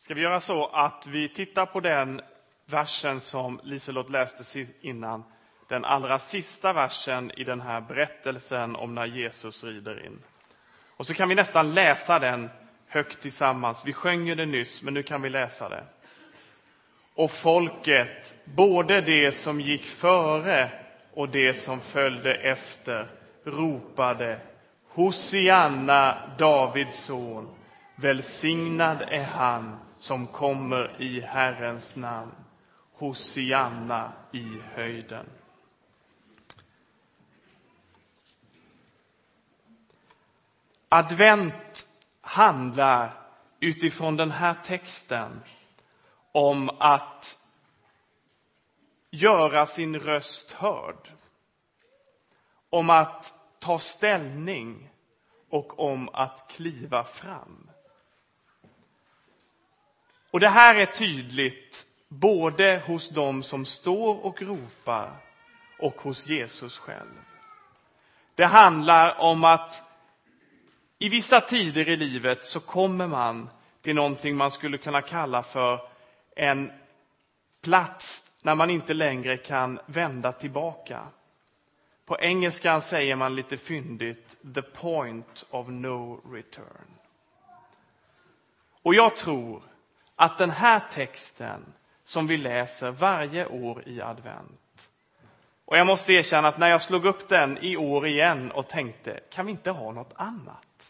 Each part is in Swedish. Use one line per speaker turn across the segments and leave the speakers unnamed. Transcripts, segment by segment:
Ska vi göra så att vi tittar på den versen som Liselott läste innan. Den allra sista versen i den här berättelsen om när Jesus rider in. Och så kan vi nästan läsa den högt tillsammans. Vi sjöng det nyss, men nu kan vi läsa det. Och folket, både det som gick före och det som följde efter, ropade: Hosianna, Davids son, välsignad är han som kommer i Herrens namn. Hosianna i höjden. Advent handlar utifrån den här texten om att göra sin röst hörd. Om att ta ställning och om att kliva fram. Och det här är tydligt både hos dem som står och ropar och hos Jesus själv. Det handlar om att i vissa tider i livet så kommer man till någonting man skulle kunna kalla för en plats när man inte längre kan vända tillbaka. På engelskan säger man lite fyndigt: the point of no return. Och jag tror att den här texten som vi läser varje år i advent, och jag måste erkänna att när jag slog upp den i år igen och tänkte, kan vi inte ha något annat?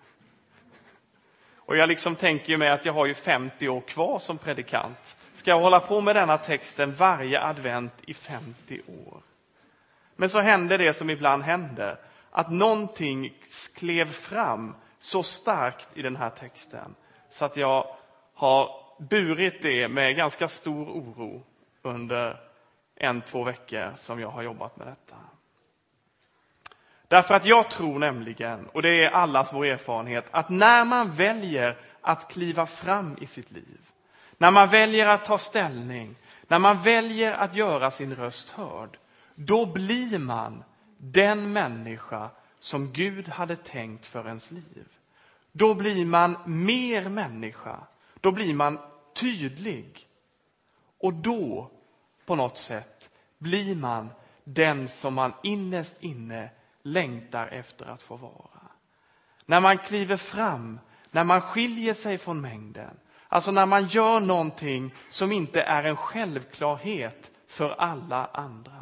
Och jag liksom tänker ju mig att jag har ju 50 år kvar som predikant. Ska jag hålla på med denna texten varje advent i 50 år? Men så hände det som ibland händer, att någonting klev fram så starkt i den här texten så att jag har burit det med ganska stor oro under 1-2 veckor som jag har jobbat med detta. Därför att jag tror nämligen, och det är allas vår erfarenhet, att när man väljer att kliva fram i sitt liv, när man väljer att ta ställning, när man väljer att göra sin röst hörd, då blir man den människa som Gud hade tänkt för ens liv. Då blir man mer människa. Då blir man tydlig. Och då, på något sätt, blir man den som man innerst inne längtar efter att få vara. När man kliver fram, när man skiljer sig från mängden. Alltså när man gör någonting som inte är en självklarhet för alla andra.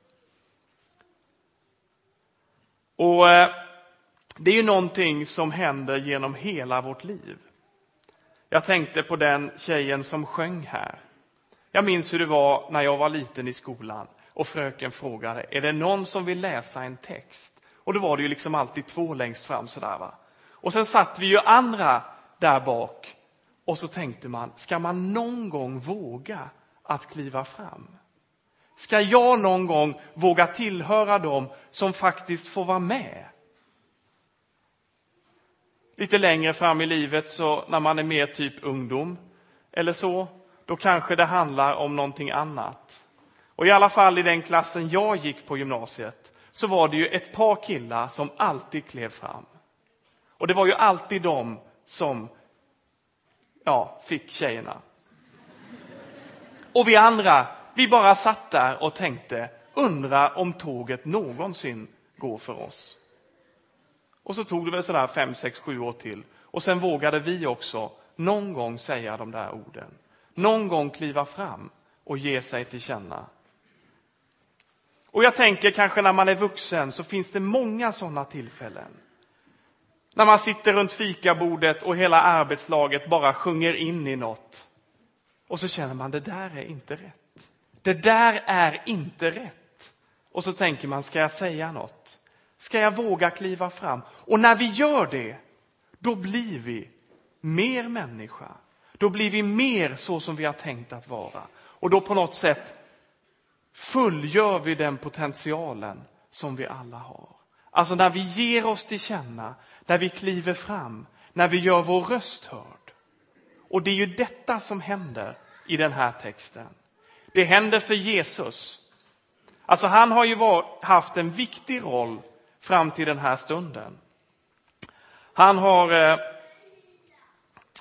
Och det är ju någonting som händer genom hela vårt liv. Jag tänkte på den tjejen som sjöng här. Jag minns hur det var när jag var liten i skolan och fröken frågade: är det någon som vill läsa en text? Och då var det ju liksom alltid 2 längst fram sådär, va? Och sen satt vi ju andra där bak och så tänkte man, ska man någon gång våga att kliva fram? Ska jag någon gång våga tillhöra dem som faktiskt får vara med? Lite längre fram i livet, så när man är mer typ ungdom eller så, då kanske det handlar om någonting annat. Och i alla fall i den klassen jag gick på gymnasiet så var det ju ett par killar som alltid klev fram. Och det var ju alltid de som fick tjejerna. Och vi andra, vi bara satt där och tänkte, undra om tåget någonsin går för oss. Och så tog det väl sådär 5, 6, 7 år till. Och sen vågade vi också någon gång säga de där orden. Någon gång kliva fram och ge sig till känna. Och jag tänker kanske när man är vuxen så finns det många sådana tillfällen. När man sitter runt fikabordet och hela arbetslaget bara sjunger in i något. Och så känner man, det där är inte rätt. Det där är inte rätt. Och så tänker man, ska jag säga något? Ska jag våga kliva fram? Och när vi gör det, då blir vi mer människa. Då blir vi mer så som vi har tänkt att vara. Och då på något sätt fullgör vi den potentialen som vi alla har. Alltså när vi ger oss till känna, när vi kliver fram, när vi gör vår röst hörd. Och det är ju detta som händer i den här texten. Det händer för Jesus. Alltså han har ju haft en viktig roll fram till den här stunden. Han har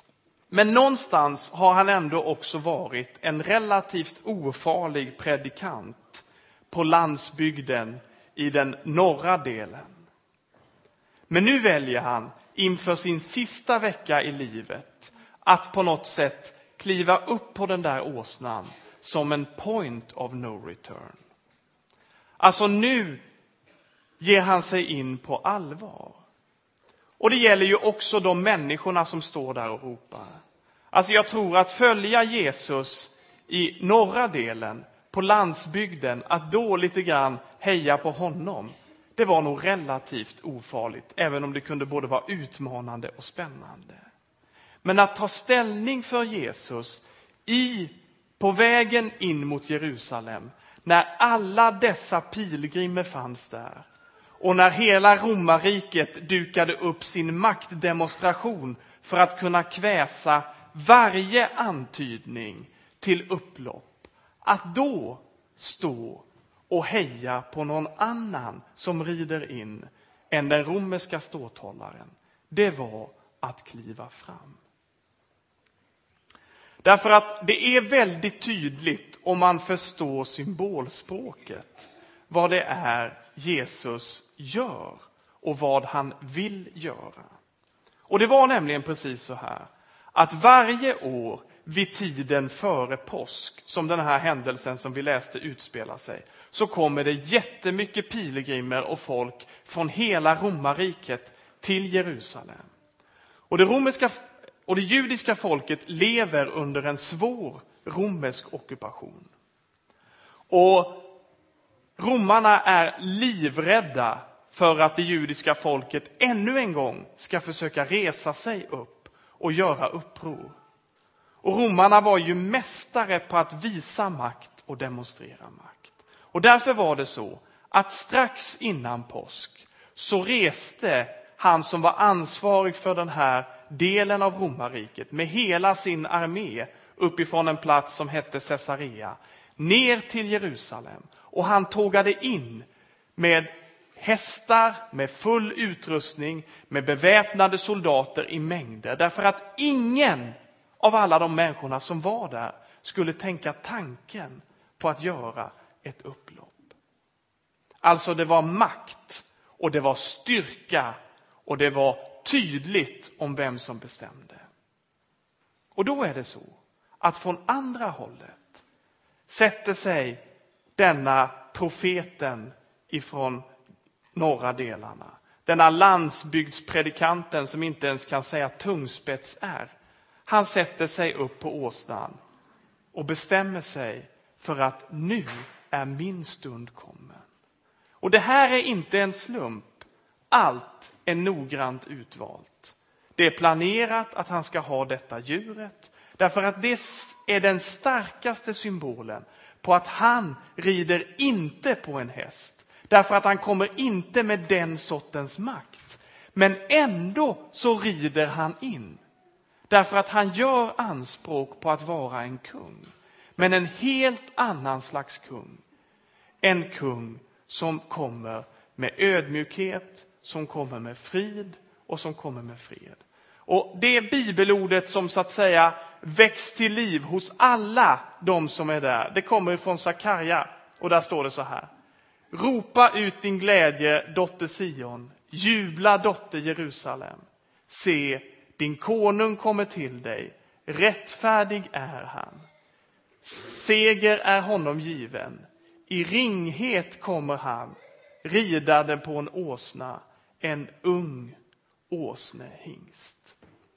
Men någonstans har han ändå också varit en relativt ofarlig predikant på landsbygden i den norra delen. Men nu väljer han inför sin sista vecka i livet att på något sätt kliva upp på den där åsnan som en point of no return. Alltså nu ger han sig in på allvar. Och det gäller ju också de människorna som står där och ropar. Alltså jag tror att följa Jesus i norra delen, på landsbygden, att då lite grann heja på honom, det var nog relativt ofarligt, även om det kunde både vara utmanande och spännande. Men att ta ställning för Jesus på vägen in mot Jerusalem, när alla dessa pilgrimer fanns där, och när hela romarriket dukade upp sin maktdemonstration för att kunna kväsa varje antydning till upplopp, att då stå och heja på någon annan som rider in än den romerska ståthållaren, det var att kliva fram. Därför att det är väldigt tydligt, om man förstår symbolspråket, vad det är Jesus gör och vad han vill göra. Och det var nämligen precis så här, att varje år vid tiden före påsk, som den här händelsen som vi läste utspelar sig, så kommer det jättemycket pilgrimer och folk från hela romarriket till Jerusalem. Och det judiska folket lever under en svår romersk ockupation. Och romarna är livrädda för att det judiska folket ännu en gång ska försöka resa sig upp och göra uppror. Och romarna var ju mästare på att visa makt och demonstrera makt. Och därför var det så att strax innan påsk så reste han som var ansvarig för den här delen av romarriket med hela sin armé uppifrån en plats som hette Caesarea ner till Jerusalem. Och han tågade in med hästar, med full utrustning, med beväpnade soldater i mängder. Därför att ingen av alla de människorna som var där skulle tänka tanken på att göra ett upplopp. Alltså det var makt och det var styrka och det var tydligt om vem som bestämde. Och då är det så att från andra hållet sätter sig denna profeten ifrån norra delarna, denna landsbygdspredikanten som inte ens kan säga tungspets är. Han sätter sig upp på åsnan och bestämmer sig för att nu är min stund kommen. Och det här är inte en slump. Allt är noggrant utvalt. Det är planerat att han ska ha detta djuret. Därför att det är den starkaste symbolen på att han rider inte på en häst. Därför att han kommer inte med den sortens makt. Men ändå så rider han in. Därför att han gör anspråk på att vara en kung. Men en helt annan slags kung. En kung som kommer med ödmjukhet, som kommer med frid och som kommer med fred. Och det bibelordet som så att säga väcks till liv hos alla de som är där, det kommer från Sakarja. Och där står det så här: ropa ut din glädje, dotter Sion, jubla, dotter Jerusalem. Se, din konung kommer till dig, rättfärdig är han. Seger är honom given, i ringhet kommer han, ridande på en åsna, en ung åsnehingst.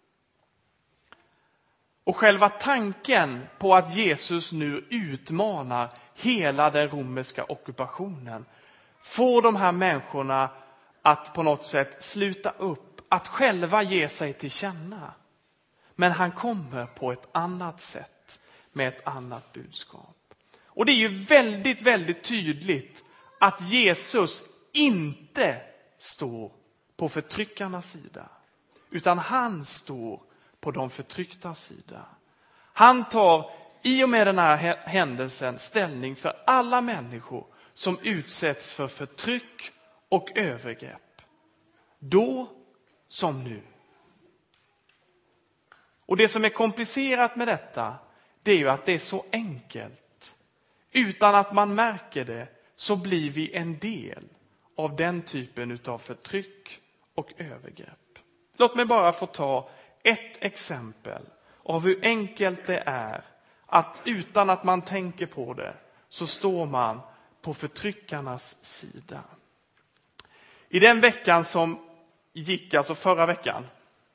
Och själva tanken på att Jesus nu utmanar hela den romerska ockupationen får de här människorna att på något sätt sluta upp, att själva ge sig till känna. Men han kommer på ett annat sätt med ett annat budskap. Och det är ju väldigt, väldigt tydligt att Jesus inte står på förtryckarnas sida, utan han står på de förtrycktas sida. Han tar i och med den här händelsen ställning för alla människor som utsätts för förtryck och övergrepp. Då som nu. Och det som är komplicerat med detta, det är ju att det är så enkelt. Utan att man märker det så blir vi en del av den typen av förtryck och övergrepp. Låt mig bara få ta ett exempel av hur enkelt det är att utan att man tänker på det så står man på förtryckarnas sida. I den veckan som gick, alltså förra veckan,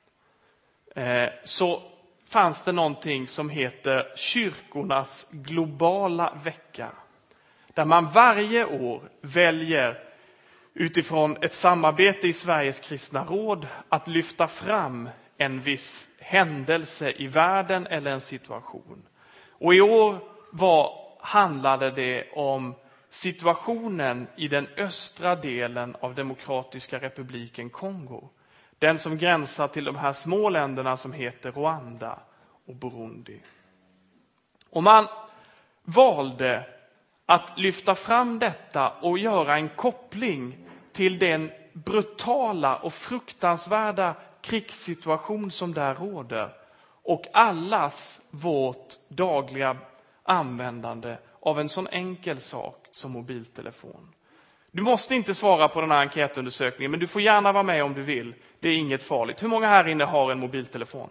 så fanns det någonting som heter kyrkornas globala vecka. Där man varje år väljer utifrån ett samarbete i Sveriges kristna råd att lyfta fram en viss händelse i världen eller en situation. Och i år handlade det om situationen i den östra delen av Demokratiska republiken Kongo. Den som gränsar till de här små länderna som heter Rwanda och Burundi. Och man valde att lyfta fram detta och göra en koppling till den brutala och fruktansvärda krigssituation som där råder och allas vårt dagliga användande av en sån enkel sak som mobiltelefon. Du måste inte svara på den här enkätundersökningen, men du får gärna vara med om du vill. Det är inget farligt. Hur många här inne har en mobiltelefon?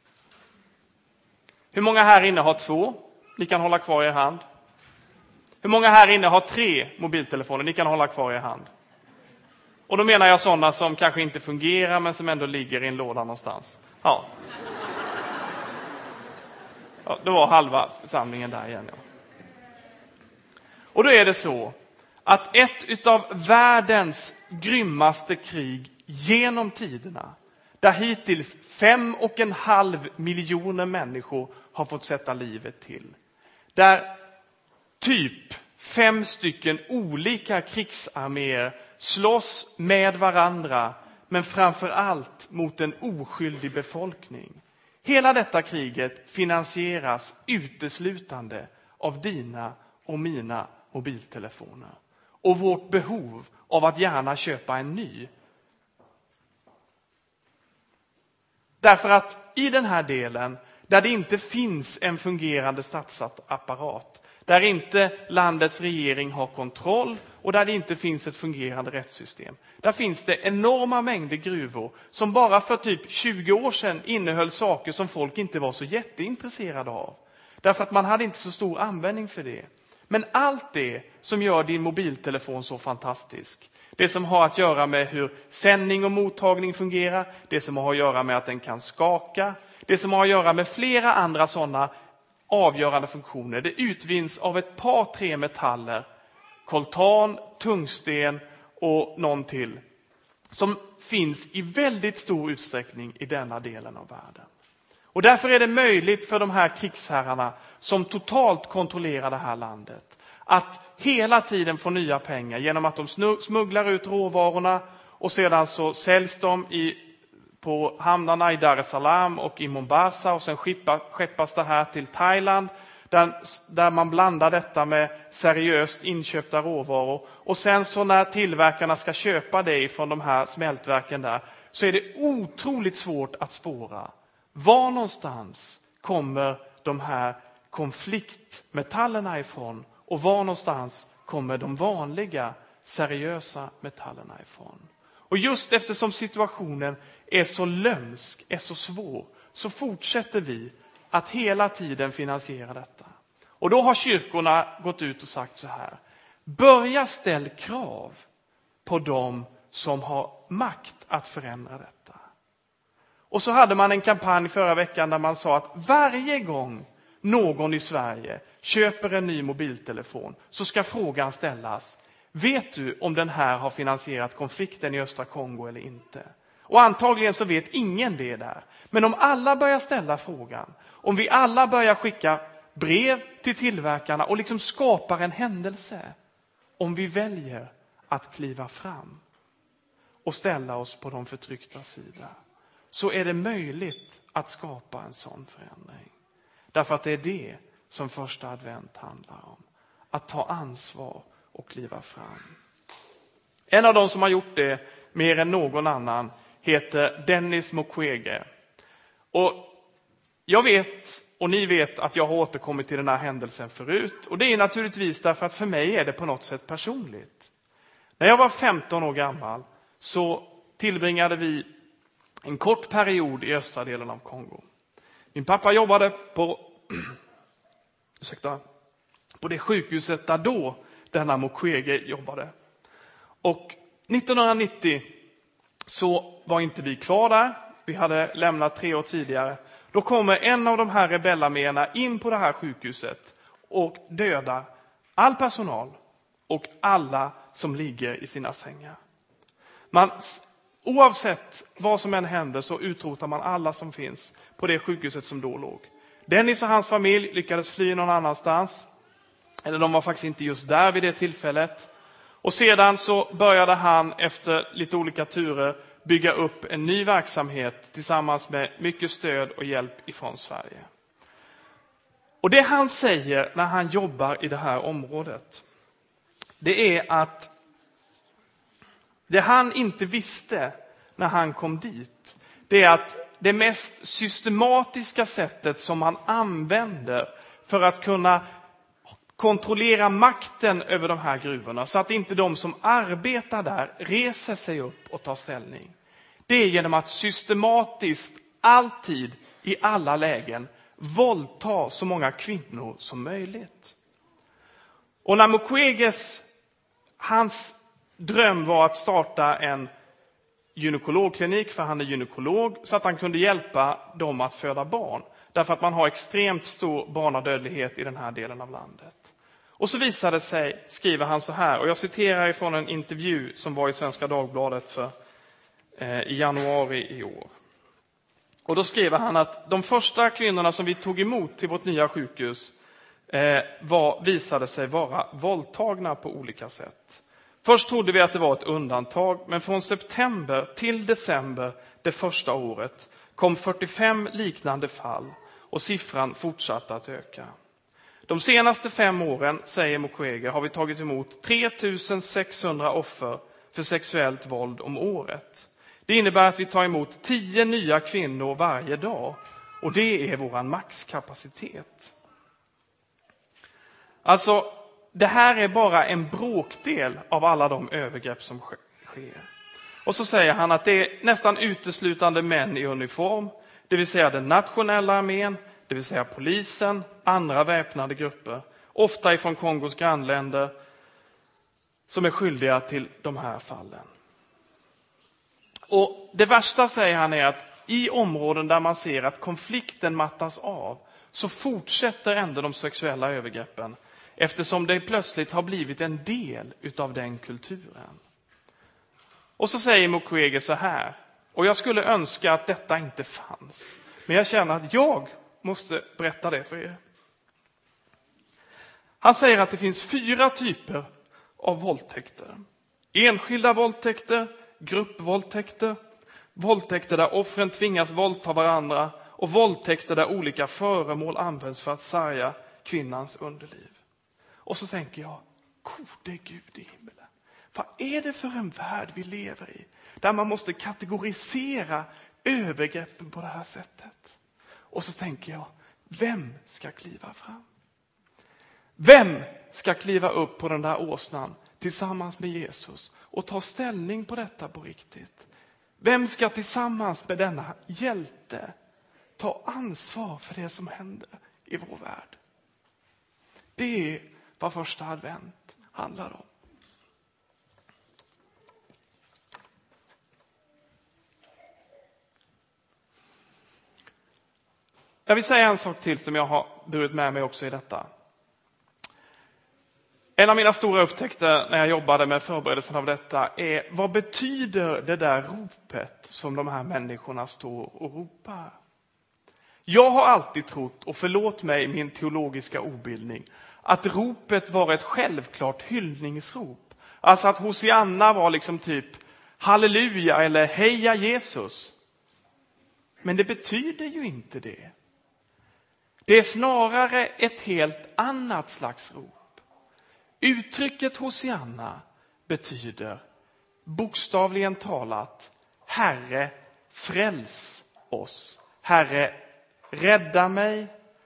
Hur många här inne har 2? Ni kan hålla kvar i er hand. Hur många här inne har 3 mobiltelefoner? Ni kan hålla kvar i er hand. Och då menar jag sådana som kanske inte fungerar men som ändå ligger i en låda någonstans. Ja, det var halva församlingen där igen. Ja. Och då är det så att ett av världens grymmaste krig genom tiderna, där hittills 5,5 miljoner människor har fått sätta livet till. Där typ 5 stycken olika krigsarméer slåss med varandra, men framför allt mot en oskyldig befolkning. Hela detta kriget finansieras uteslutande av dina och mina mobiltelefoner. Och vårt behov av att gärna köpa en ny. Därför att i den här delen, där det inte finns en fungerande statsapparat, där inte landets regering har kontroll och där det inte finns ett fungerande rättssystem, där finns det enorma mängder gruvor som bara för typ 20 år sedan innehöll saker som folk inte var så jätteintresserade av. Därför att man hade inte så stor användning för det. Men allt det som gör din mobiltelefon så fantastisk, det som har att göra med hur sändning och mottagning fungerar, det som har att göra med att den kan skaka, det som har att göra med flera andra sådana avgörande funktioner, det utvinns av ett par 3 metaller, koltan, tungsten och någon till, som finns i väldigt stor utsträckning i denna delen av världen. Och därför är det möjligt för de här krigsherrarna som totalt kontrollerar det här landet att hela tiden få nya pengar genom att de smugglar ut råvarorna och sedan så säljs de på hamnarna i Dar es Salaam och i Mombasa och sen skeppas det här till Thailand där man blandar detta med seriöst inköpta råvaror. Och sen så när tillverkarna ska köpa det från de här smältverken där så är det otroligt svårt att spåra. Var någonstans kommer de här konfliktmetallerna ifrån och var någonstans kommer de vanliga seriösa metallerna ifrån? Och just eftersom situationen är så lömsk, är så svår, så fortsätter vi att hela tiden finansiera detta. Och då har kyrkorna gått ut och sagt så här: börja ställ krav på dem som har makt att förändra detta. Och så hade man en kampanj förra veckan där man sa att varje gång någon i Sverige köper en ny mobiltelefon så ska frågan ställas: vet du om den här har finansierat konflikten i östra Kongo eller inte? Och antagligen så vet ingen det där. Men om alla börjar ställa frågan, om vi alla börjar skicka brev till tillverkarna och liksom skapar en händelse, om vi väljer att kliva fram och ställa oss på de förtryckta sida, så är det möjligt att skapa en sån förändring. Därför att det är det som första advent handlar om. Att ta ansvar och kliva fram. En av de som har gjort det mer än någon annan heter Denis Mukwege. Och Jag vet, och ni vet, att jag har återkommit till den här händelsen förut. Och det är naturligtvis därför att för mig är det på något sätt personligt. När jag var 15 år gammal så tillbringade vi en kort period i östra delen av Kongo. Min pappa jobbade på det sjukhuset där då denna Mukwege jobbade. Och 1990 så var inte vi kvar där. Vi hade lämnat 3 år tidigare. Då kommer en av de här rebellarméerna in på det här sjukhuset och dödar all personal och alla som ligger i sina sängar. Oavsett vad som än händer så utrotar man alla som finns på det sjukhuset som då låg. Dennis och hans familj lyckades fly någon annanstans. Eller de var faktiskt inte just där vid det tillfället. Och sedan så började han efter lite olika turer bygga upp en ny verksamhet tillsammans med mycket stöd och hjälp ifrån Sverige. Och det han säger när han jobbar i det här området, det är att det han inte visste när han kom dit, det är att det mest systematiska sättet som man använder för att kunna kontrollera makten över de här gruvorna så att inte de som arbetar där reser sig upp och tar ställning. Det är genom att systematiskt, alltid, i alla lägen våldta så många kvinnor som möjligt. Och när Mukweges, hans dröm var att starta en gynekologklinik, för han är gynekolog, så att han kunde hjälpa dem att föda barn. Därför att man har extremt stor barnadödlighet i den här delen av landet. Och så visade sig, skriver han så här, och jag citerar ifrån en intervju som var i Svenska Dagbladet i januari i år. Och då skriver han att de första kvinnorna som vi tog emot till vårt nya sjukhus visade sig vara våldtagna på olika sätt. Först trodde vi att det var ett undantag, men från september till december det första året kom 45 liknande fall och siffran fortsatte att öka. De senaste 5 åren, säger Mukwege, har vi tagit emot 3600 offer för sexuellt våld om året. Det innebär att vi tar emot 10 nya kvinnor varje dag, och det är vår maxkapacitet. Alltså, det här är bara en bråkdel av alla de övergrepp som sker. Och så säger han att det är nästan uteslutande män i uniform, det vill säga den nationella armén, det vill säga polisen, andra väpnade grupper, ofta ifrån Kongos grannländer, som är skyldiga till de här fallen. Och det värsta, säger han, är att i områden där man ser att konflikten mattas av så fortsätter ändå de sexuella övergreppen, eftersom det plötsligt har blivit en del utav den kulturen. Och så säger Mukwege så här, och jag skulle önska att detta inte fanns, men jag känner att jag måste berätta det för er. Han säger att det finns 4 typer av våldtäkter. Enskilda våldtäkter, gruppvåldtäkter, våldtäkter där offren tvingas våldta varandra och våldtäkter där olika föremål används för att sarga kvinnans underliv. Och så tänker jag, gode Gud i himmelen, vad är det för en värld vi lever i där man måste kategorisera övergreppen på det här sättet? Och så tänker jag, vem ska kliva fram? Vem ska kliva upp på den där åsnan tillsammans med Jesus och ta ställning på detta på riktigt? Vem ska tillsammans med denna hjälte ta ansvar för det som händer i vår värld? Det är vad första advent handlar om. Jag vill säga en sak till som jag har burit med mig också i detta. En av mina stora upptäckter när jag jobbade med förberedelsen av detta är, vad betyder det där ropet som de här människorna står och ropar? Jag har alltid trott, och förlåt mig min teologiska obildning, att ropet var ett självklart hyllningsrop. Alltså att Hosianna var liksom typ halleluja eller heja Jesus. Men det betyder ju inte det. Det är snarare ett helt annat slags rop. Uttrycket Hosianna betyder bokstavligen talat, Herre, fräls oss. Herre, rädda mig.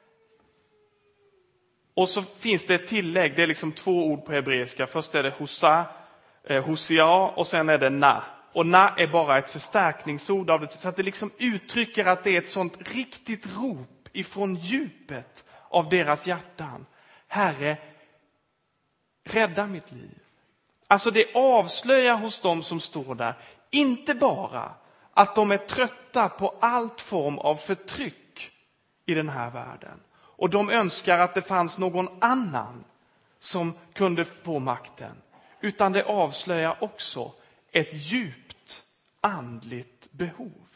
Och så finns det ett tillägg, det är liksom 2 ord på hebreiska. Först är det Hosea och sen är det na. Och na är bara ett förstärkningsord av det, så att det liksom uttrycker att det är ett sånt riktigt rop ifrån djupet av deras hjärtan. Herre, rädda mitt liv. Alltså det avslöjar hos dem som står där, inte bara att de är trötta på allt form av förtryck i den här världen. Och de önskar att det fanns någon annan som kunde få makten. Utan det avslöjar också ett djupt andligt behov.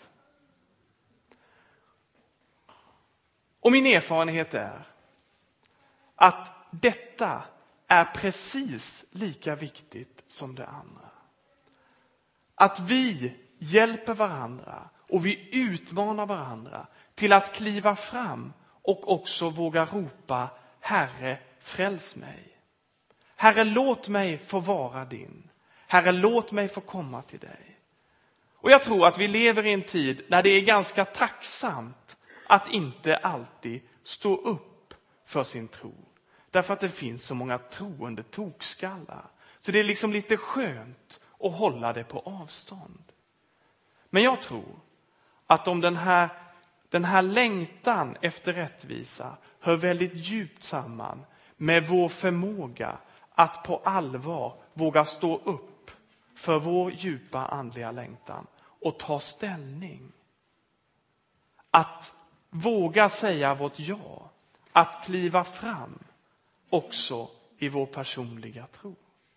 Och min erfarenhet är att detta är precis lika viktigt som det andra. Att vi hjälper varandra och vi utmanar varandra till att kliva fram och också våga ropa: Herre, fräls mig. Herre, låt mig få vara din. Herre, låt mig få komma till dig. Och jag tror att vi lever i en tid när det är ganska tacksamt att inte alltid stå upp för sin tro. Därför att det finns så många troende tokskallar. Så det är liksom lite skönt att hålla det på avstånd. Men jag tror att om den här längtan efter rättvisa hör väldigt djupt samman med vår förmåga att på allvar våga stå upp för vår djupa andliga längtan och ta ställning. Att våga säga vårt ja, att kliva fram också i vår personliga tro.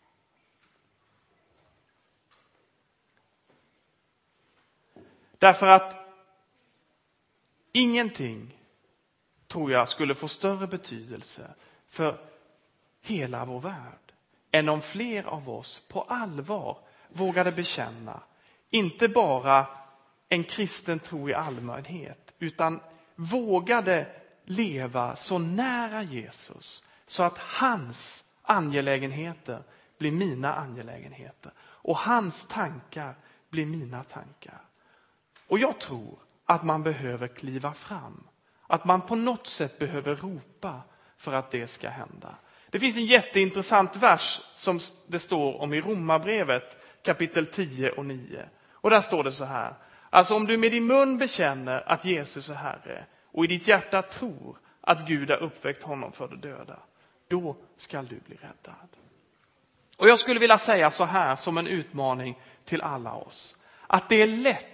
Därför att ingenting, tror jag, skulle få större betydelse för hela vår värld än om fler av oss på allvar vågade bekänna inte bara en kristen tro i allmänhet, utan vågade leva så nära Jesus så att hans angelägenheter blir mina angelägenheter och hans tankar blir mina tankar. Och jag tror att man behöver kliva fram. Att man på något sätt behöver ropa för att det ska hända. Det finns en jätteintressant vers som det står om i Romarbrevet kapitel 10 och 9. Och där står det så här: alltså om du med din mun bekänner att Jesus är Herre och i ditt hjärta tror att Gud har uppväckt honom för de döda, då ska du bli räddad. Och jag skulle vilja säga så här som en utmaning till alla oss, att det är lätt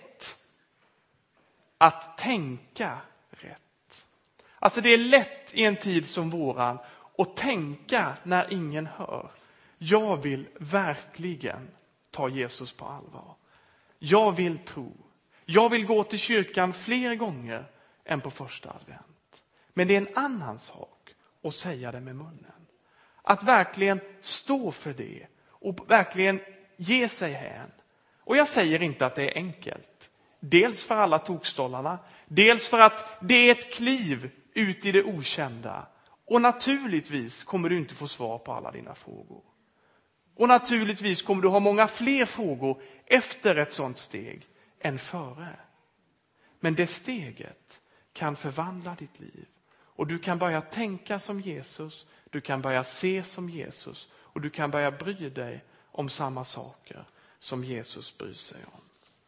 att tänka rätt. Alltså det är lätt i en tid som våran att tänka när ingen hör: jag vill verkligen ta Jesus på allvar. Jag vill tro. Jag vill gå till kyrkan fler gånger än på första advent. Men det är en annan sak att säga det med munnen. Att verkligen stå för det och verkligen ge sig hän. Och jag säger inte att det är enkelt. Dels för alla tokstollarna, dels för att det är ett kliv ut i det okända. Och naturligtvis kommer du inte få svar på alla dina frågor. Och naturligtvis kommer du ha många fler frågor efter ett sånt steg än före. Men det steget kan förvandla ditt liv. Och du kan börja tänka som Jesus, du kan börja se som Jesus och du kan börja bry dig om samma saker som Jesus bryr sig om.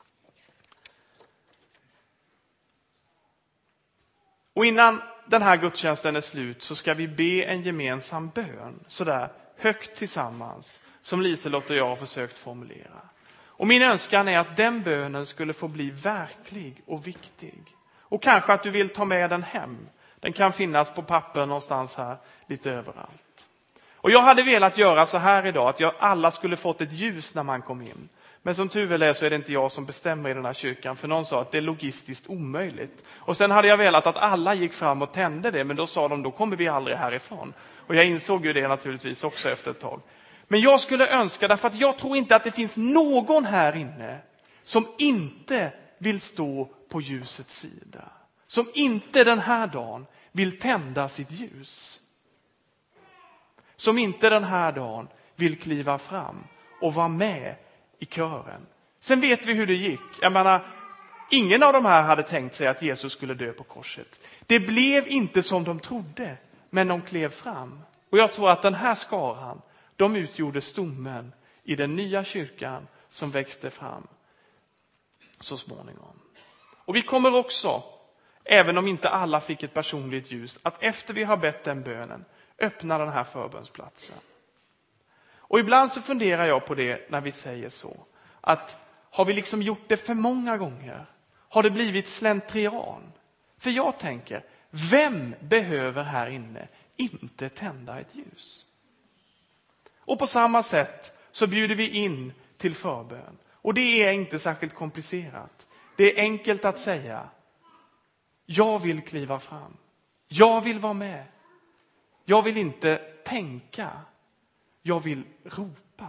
Och innan den här gudstjänsten är slut så ska vi be en gemensam bön, sådär högt tillsammans, som Liselott och jag har försökt formulera. Och min önskan är att den bönen skulle få bli verklig och viktig. Och kanske att du vill ta med den hem. Den kan finnas på papper någonstans här, lite överallt. Och jag hade velat göra så här idag, att alla skulle fått ett ljus när man kom in. Men som tur väl är så är det inte jag som bestämmer i den här kyrkan. För någon sa att det är logistiskt omöjligt. Och sen hade jag velat att alla gick fram och tände det. Men då sa de, då kommer vi aldrig härifrån. Och jag insåg ju det naturligtvis också efter ett tag. Men jag skulle önska, därför att jag tror inte att det finns någon här inne som inte vill stå på ljusets sida. Som inte den här dagen vill tända sitt ljus. Som inte den här dagen vill kliva fram och vara med i kören. Sen vet vi hur det gick. Jag menar, Ingen av de här hade tänkt sig att Jesus skulle dö på korset. Det blev inte som de trodde, men de klev fram. Och jag tror att den här skaran, de utgjorde stommen i den nya kyrkan som växte fram så småningom. Och vi kommer också, även om inte alla fick ett personligt ljus, att efter vi har bett den bönen öppna den här förbönsplatsen. Och ibland så funderar jag på det när vi säger så. Att har vi liksom gjort det för många gånger? Har det blivit slentrian? För jag tänker, vem behöver här inne inte tända ett ljus? Och på samma sätt så bjuder vi in till förbön. Och det är inte särskilt komplicerat. Det är enkelt att säga, jag vill kliva fram. Jag vill vara med. Jag vill inte tänka. Jag vill ropa.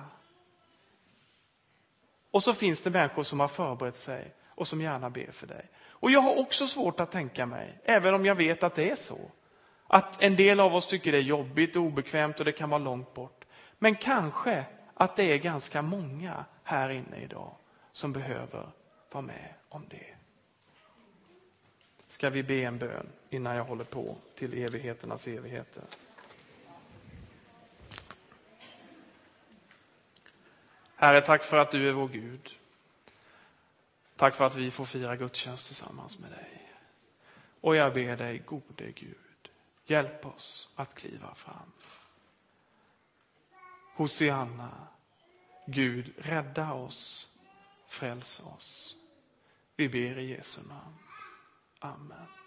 Och så finns det människor som har förberett sig och som gärna ber för dig. Och jag har också svårt att tänka mig, även om jag vet att det är så, att en del av oss tycker det är jobbigt och obekvämt och det kan vara långt bort. Men kanske att det är ganska många här inne idag som behöver vara med om det. Ska vi be en bön innan jag håller på till evigheternas evigheter? Herre, tack för att du är vår Gud. Tack för att vi får fira gudstjänst tillsammans med dig. Och jag ber dig, gode Gud, hjälp oss att kliva fram. Hosianna, Gud, rädda oss, fräls oss. Vi ber i Jesu namn. Amen.